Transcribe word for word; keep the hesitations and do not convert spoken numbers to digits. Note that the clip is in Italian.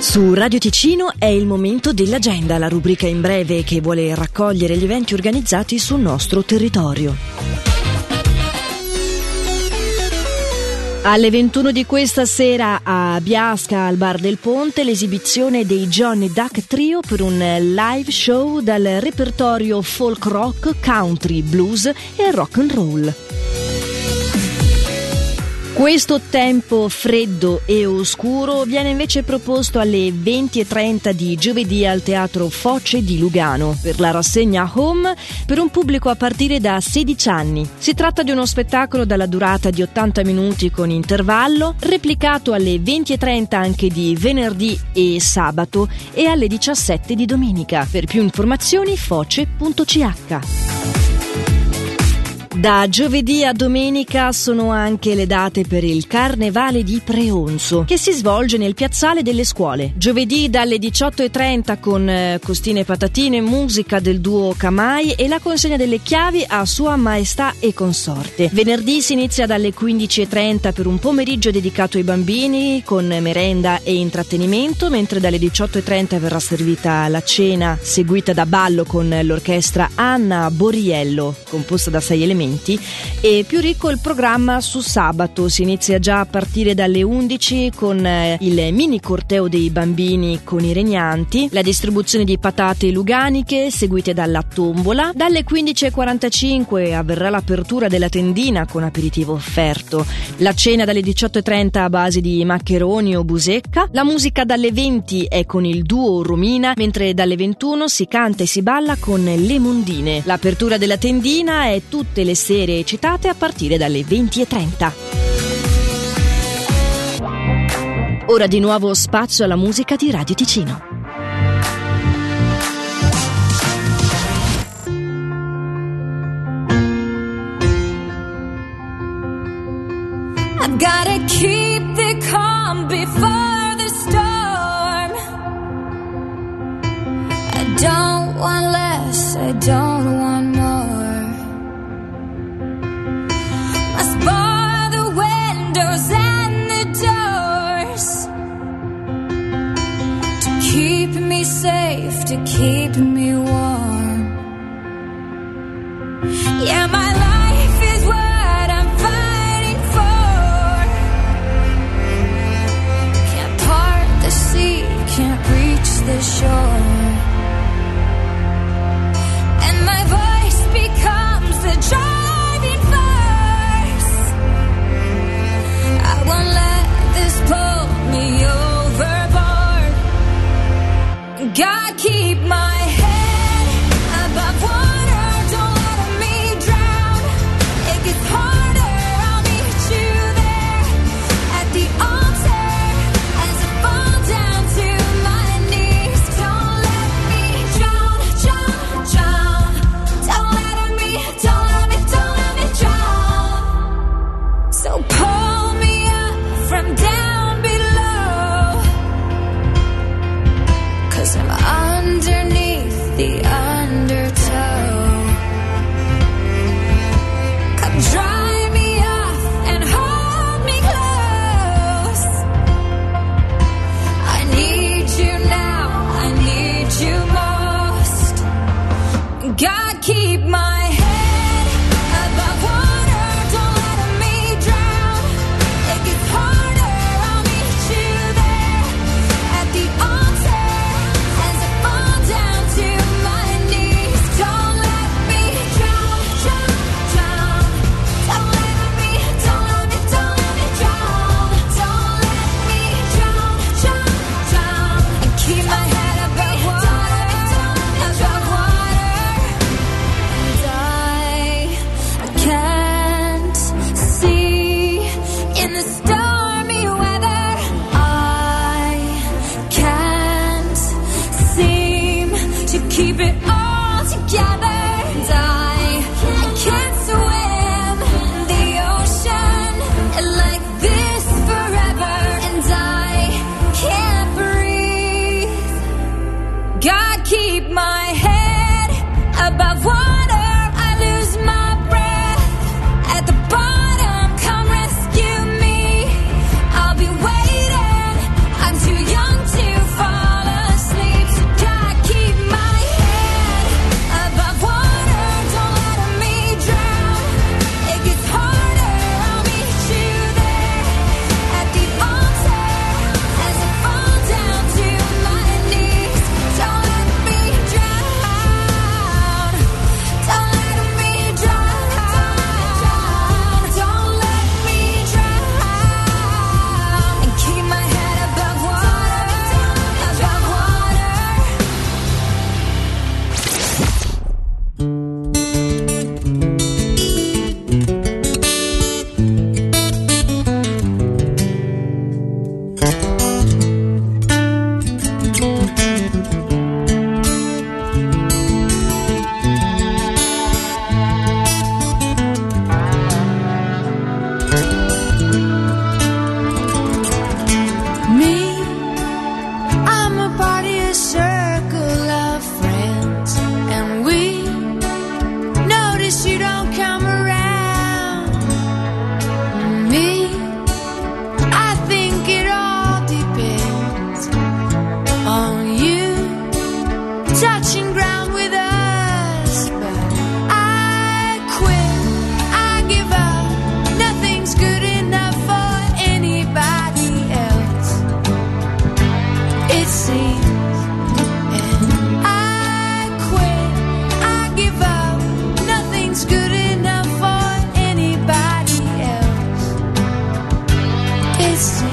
Su Radio Ticino è il momento dell'agenda, la rubrica in breve che vuole raccogliere gli eventi organizzati sul nostro territorio. Alle ventuno di questa sera a Biasca, al Bar del Ponte, l'esibizione dei Johnny Duck Trio per un live show dal repertorio folk rock, country, blues e rock and roll. Questo tempo freddo e oscuro viene invece proposto alle venti e trenta di giovedì al Teatro Foce di Lugano per la rassegna Home per un pubblico a partire da sedici anni. Si tratta di uno spettacolo dalla durata di ottanta minuti con intervallo, replicato alle venti e trenta anche di venerdì e sabato e alle diciassette di domenica. Per più informazioni foce punto c h. Da giovedì a domenica sono anche le date per il Carnevale di Preonzo, che si svolge nel piazzale delle scuole. Giovedì dalle diciotto e trenta con costine e patatine, musica del duo Camai e la consegna delle chiavi a Sua Maestà e consorte. Venerdì si inizia dalle quindici e trenta per un pomeriggio dedicato ai bambini con merenda e intrattenimento, mentre dalle diciotto e trenta verrà servita la cena seguita da ballo con l'orchestra Anna Boriello, composta da sei elementi. E più ricco il programma su sabato, si inizia già a partire dalle undici con il mini corteo dei bambini con i regnanti, la distribuzione di patate luganiche seguite dalla tombola. Dalle quindici e quarantacinque avverrà l'apertura della tendina con aperitivo offerto, la cena dalle diciotto e trenta a base di maccheroni o busecca, la musica dalle venti è con il duo Romina, mentre dalle ventuno si canta e si balla con le mondine. L'apertura della tendina è tutte le sere citate a partire dalle venti e trenta. Ora di nuovo spazio alla musica di Radio Ticino. I've gotta keep the calm before the storm. I don't want less, I don't want more. Bar the windows and the doors to keep me safe, to keep me warm. Yeah, my life is what I'm fighting for. Can't part the sea, can't reach the shore. And my voice becomes the drive. Won't let this pull me overboard. God, keep my head this